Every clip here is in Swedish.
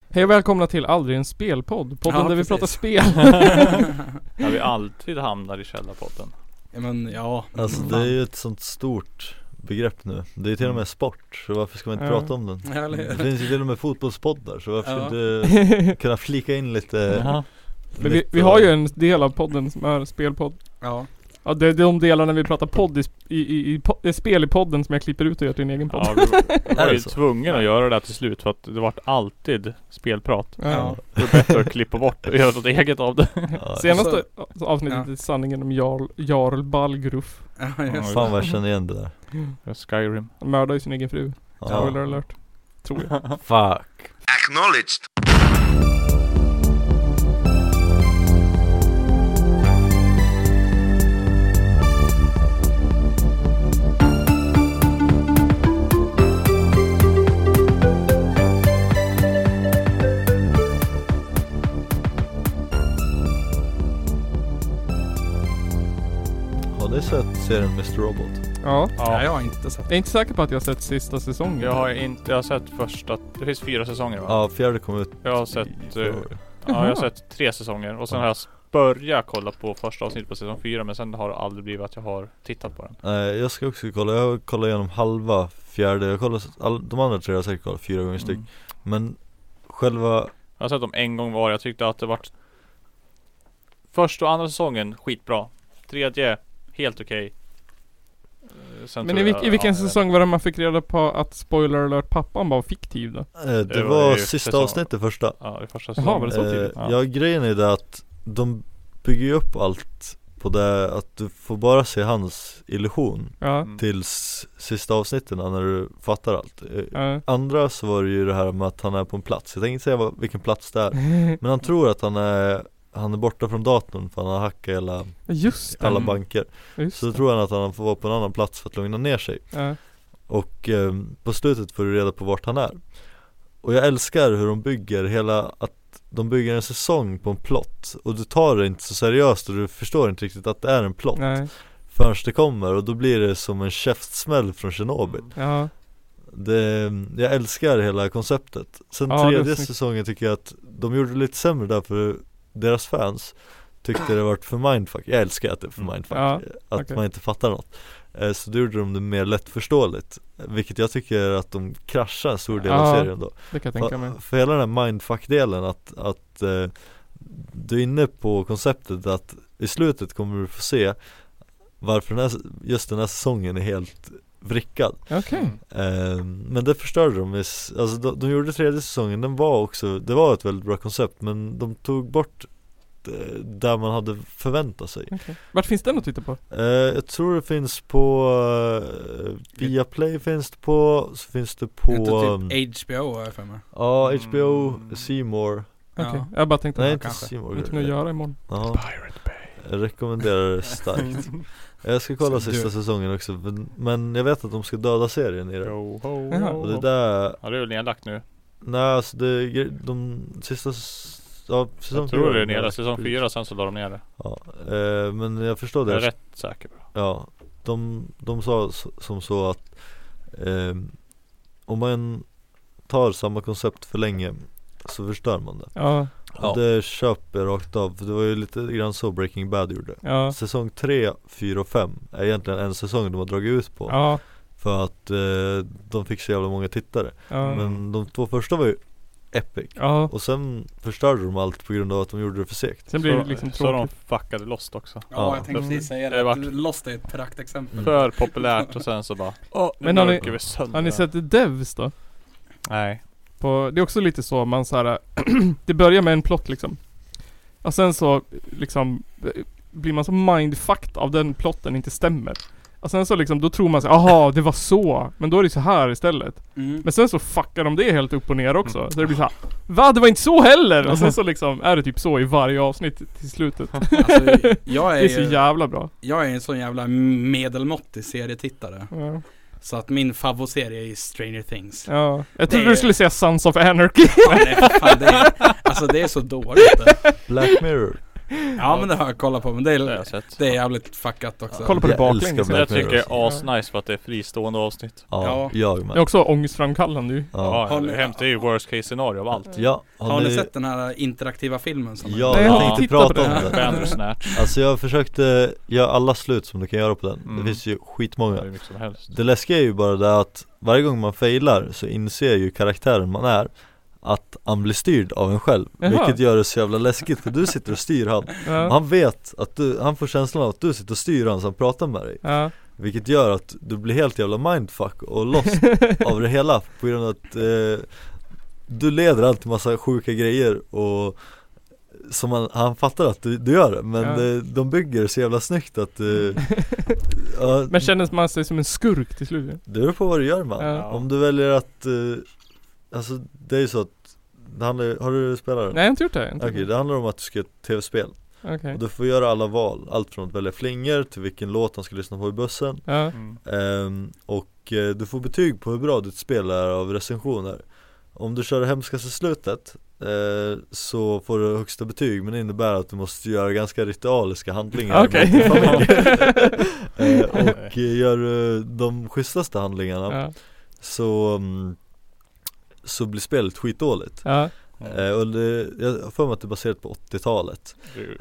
Hej och välkomna till Aldrig en spelpodd. Podden där vi pratar spel. Ja, vi alltid hamnar i källarpodden. Ja, men ja. Alltså det är ju ett sånt stort begrepp nu. Det är till och med sport, så varför ska man inte prata om den? Ja, det finns ju till och med fotbollspoddar, så varför inte kunna flika in lite. Men vi har ju en del av podden som är spelpodd. Ja. Ja, det är de delarna vi pratar podd i spel i podden som jag klipper ut och gör till en egen podd. Ja, vi var ju tvungen att göra det där till slut för att det var alltid spelprat. Ja. Det är bättre att klippa bort och göra något eget av det. Ja, Senaste avsnittet är sanningen om Jarl Balgruff. Ja, just. fan vad jag känner igen det där. Skyrim. Han mördade ju sin egen fru. Spoiler alert. Tror jag. Fuck. Acknowledged. Har ni sett serien Mr. Robot? Ja. Nej, jag har inte sett. Jag är inte säker på att jag har sett sista säsongen. Jag har sett första. Det finns 4 säsonger, va? Ja, fjärde kom ut. Jag har sett jag har sett 3 säsonger och sen har jag börjat kolla på första avsnittet på säsong 4, men sen har det aldrig blivit att jag har tittat på den. Jag ska också kolla. Jag har kollat igenom halva fjärde. Jag kollar de andra 3 har jag säkert kollat 4 gånger styck. Men själva Jag har sett dem en gång var. Jag tyckte att det var första och andra säsongen skitbra. Tredje helt okej. Men i vilken säsong var det man fick reda på att spoiler alert pappan var fiktiv då? det var sista avsnittet första. Ja, i första säsongen. Jaha, var det så tidigt? Ja, grejen är det att de bygger ju upp allt på det att du får bara se hans illusion tills sista avsnitten när du fattar allt. Andra så var det ju det här med att han är på en plats. Jag tänker inte säga vilken plats det är. Men han tror att han är borta från datorn för han har hackat alla banker. Så tror han att han får vara på en annan plats för att lugna ner sig. Och på slutet får du reda på vart han är. Och jag älskar hur de bygger att de bygger en säsong på en plott. Och du tar det inte så seriöst och du förstår inte riktigt att det är en plott förrän det kommer. Och då blir det som en käftsmäll från Chernobyl. Jag älskar hela konceptet. Sen tredje säsongen tycker jag att de gjorde det lite sämre där, för deras fans tyckte det var för mindfuck. Jag älskar att det är för mindfuck, man inte fattar något. Så då gjorde de det mer lättförståeligt, vilket jag tycker att de kraschar en stor del av serien då. Det kan jag tänka mig. För hela den här mindfuck-delen att du är inne på konceptet att i slutet kommer du få se varför just den här säsongen är helt vrickad. Men det förstörde de. Alltså de gjorde tredje säsongen, det var ett väldigt bra koncept, men de tog bort där man hade förväntat sig. Vart finns den att titta på? Jag tror det finns på Viaplay finns det på, så finns det på typ HBO för mig. Ja, HBO, C More. Jag bara tänkte nej, inte C More. Inte att göra imorgon. Pirate Bay. Jag rekommenderar det starkt. Jag ska kolla sista säsongen också, men jag vet att de ska döda serien i det. Och det där... Ja, det är väl nedlagt nu? Nej, alltså de sista... Ja, jag tror det är nedlagt, säsong 4, sen så la de ner det. Ja, men jag förstår det. Jag är rätt säker på. Ja, de sa som så att om man tar samma koncept för länge så förstör man det. Det köper rakt av. För det var ju lite grann så Breaking Bad gjorde. Säsong 3, 4 och 5 är egentligen en säsong de har dragit ut på. För att de fick så jävla många tittare. Men de 2 första var ju epic. Och sen förstörde de allt på grund av att de gjorde det för segt. Sen blir det liksom så de fuckade Lost också. Ja, jag tänkte precis säga det. Lost är ett praktexempel. För populärt och sen så bara men har ni sett Devs då? Nej. Det är också lite så, man så här det börjar med en plott liksom. Och sen så liksom blir man så mindfucked av den plotten inte stämmer. Och sen så liksom, då tror man sig, aha, det var så. Men då är det så här istället. Men sen så fuckar de det helt upp och ner också. Så det blir så här, va? Det var inte så heller! Och sen så liksom är det typ så i varje avsnitt till slutet. Alltså, det är så jävla bra. Jag är en sån jävla medelmåttig serietittare. Så att min favoritserie är Stranger Things. Jag trodde du skulle säga Sons of Anarchy. Nej, fan, det är så dåligt. Black Mirror. Ja, men det har jag kollat på. Men det är jävligt fuckat också. Kolla på det baklänges. Jag tycker det är asnice för att det är fristående avsnitt. Ja, jag med. Det är också ångestframkallande ju. Ja, det är hemskt. Det är ju worst case scenario av allt. Ja, har ni sett den här interaktiva filmen? Som ja, jag tänkte prata om det. Bandersnatch. Alltså jag försökte göra alla slut som du kan göra på den. Det finns ju skitmånga. Det läskiga är ju bara det att varje gång man failar så inser ju karaktären man är att han blir styrd av en själv. Jaha. Vilket gör det så jävla läskigt, för du sitter och styr han. Ja. Han vet att han får känslan av att du sitter och styr han som pratar med dig. Ja. Vilket gör att du blir helt jävla mindfuck och lost av det hela. På grund av att du leder alltid massa sjuka grejer och som han fattar att du gör det. Men de bygger så jävla snyggt att men känner man sig som en skurk till slut? Det beror på vad du gör, man. Ja. Om du väljer att alltså det är ju så att det handlar, har du spelat det? Nej, jag har inte gjort det. Okej, det handlar om att du ska ett tv-spel. Okay. Och du får göra alla val. Allt från att välja flingor till vilken låt han ska lyssna på i bussen. Du får betyg på hur bra ditt spel är av recensioner. Om du kör det hemskaste slutet så får du högsta betyg. Men det innebär att du måste göra ganska ritualiska handlingar. Okay. Och gör de schysstaste handlingarna så blir spelet skitdåligt. Och jag får mig att det är baserat på 80-talet.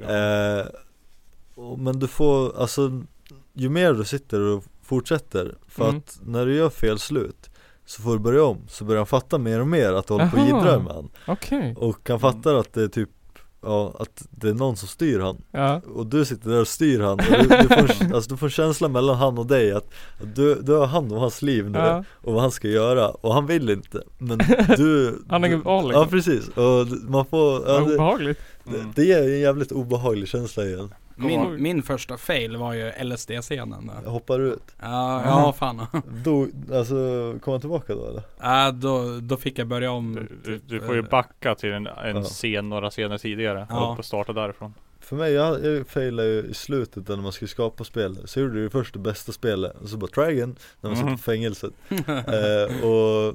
Men du får, alltså, ju mer du sitter och fortsätter, för att när du gör fel slut så får du börja om. Så börjar han fatta mer och mer att du håller på och jiddrar med han. Och han fattar att det är typ att det är någon som styr han. Och du sitter där och styr han. Och du får känsla mellan han och dig att du har hand om hans liv nu och vad han ska göra. Och han vill inte. Men du han är val, liksom. Ja, precis. Och man får obehagligt. Det ger en jävligt obehaglig känsla igen. Min första fail var ju LSD-scenen. Jag hoppar ut. Ja, fan. Alltså, kom han tillbaka då eller? Då fick jag börja om. Du får ju backa till en scen, några scener tidigare och starta därifrån. För mig, jag failade ju i slutet när man skulle skapa spel. Så gjorde du först det bästa spelet och så bara try again när man satt på fängelset. Och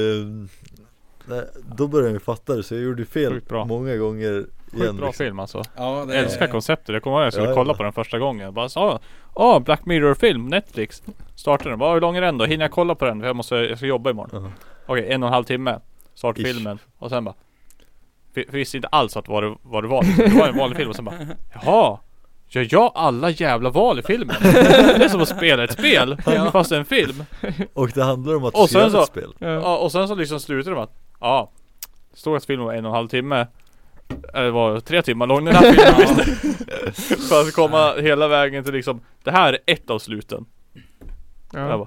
då började jag fatta det, så jag gjorde fel många gånger. Sjukt bra film alltså. Jag älskar konceptet. Jag kommer ihåg att jag skulle kolla på den första gången. Bara så, Black Mirror film, Netflix. Startar den. Hur lång är den då? Hinner jag kolla på den? För jag ska jobba imorgon. Okej, 1,5 timme. Start filmen. Och sen bara visste inte alls att vad det var. Det var en vanlig film och sen bara jaha. Gör jag alla jävla val i filmen? Det är som att spela ett spel fast en film. Och det handlar om att spela ett spel. Och sen så liksom slutar de att stod att filmen var 1,5 timme. Det var 3 timmar lång den här filmen. För att komma hela vägen till liksom, det här är ett av sluten. Jag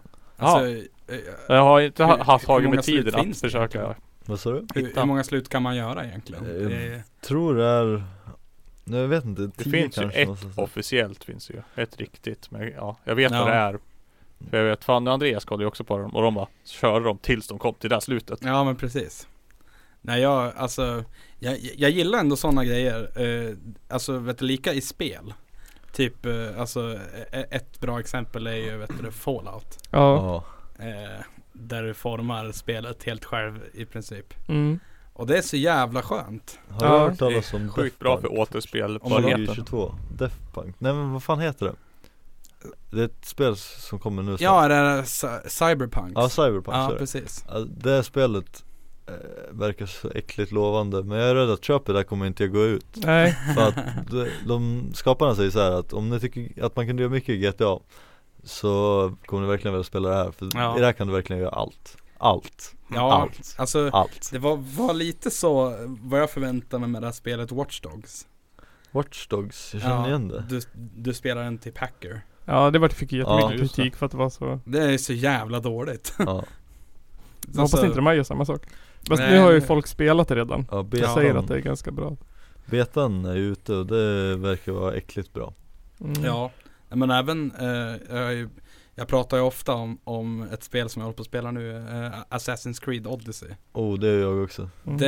har inte haft tagit med tiden att försöka. Vad sa du? Hur många slut kan man göra egentligen? Jag tror det är, jag vet inte, 10 det finns ju ett officiellt, finns ju ett riktigt, men jag vet vad det är. För jag vet, fan, Andreas kollade ju också på dem och de bara körde dem tills de kom till det här slutet. Ja, men precis. Nej, jag gillar ändå sådana grejer. Alltså, vet du, lika i spel. Typ, alltså ett bra exempel är ju, vet du, Fallout. Där du formar spelet helt själv i princip. Och det är så jävla skönt. Har du hört talas om sjukt bra för återspel på 2022? Death Punk. Nej, men vad fan heter det? Det är ett spel som kommer nu. Ja, det är Cyberpunk. Ja, Cyberpunk. Ja, precis. Det spelet verkar så äckligt lovande, men jag är rädd att köpet där kommer inte att gå ut. Nej. För att de skaparna säger så här att om ni tycker att man kan göra mycket i GTA så kommer ni verkligen vilja spela det här. För i det här kan du verkligen göra allt. Alltså allt. Det var lite så vad jag förväntade mig med det här spelet Watch Dogs. Jag känner igen det. Du spelar en typ hacker. Ja, det fick jättemycket kritik för att det var så. Det är så jävla dåligt. Jag hoppas inte de här gör samma sak. Fast nu har ju folk spelat det redan. Jag säger att det är ganska bra. Betan är ute och det verkar vara äckligt bra. Ja, men även jag pratar ju ofta om ett spel som jag håller på att spela nu, Assassin's Creed Odyssey. Det är jag också.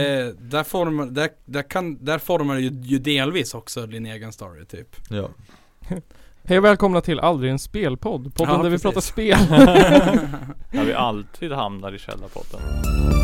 Där formar ju delvis också din egen story typ. Ja. Hej och välkomna till Aldrig en spelpodd. Podden där vi pratar spel. Där vi alltid hamnar i källarpodden.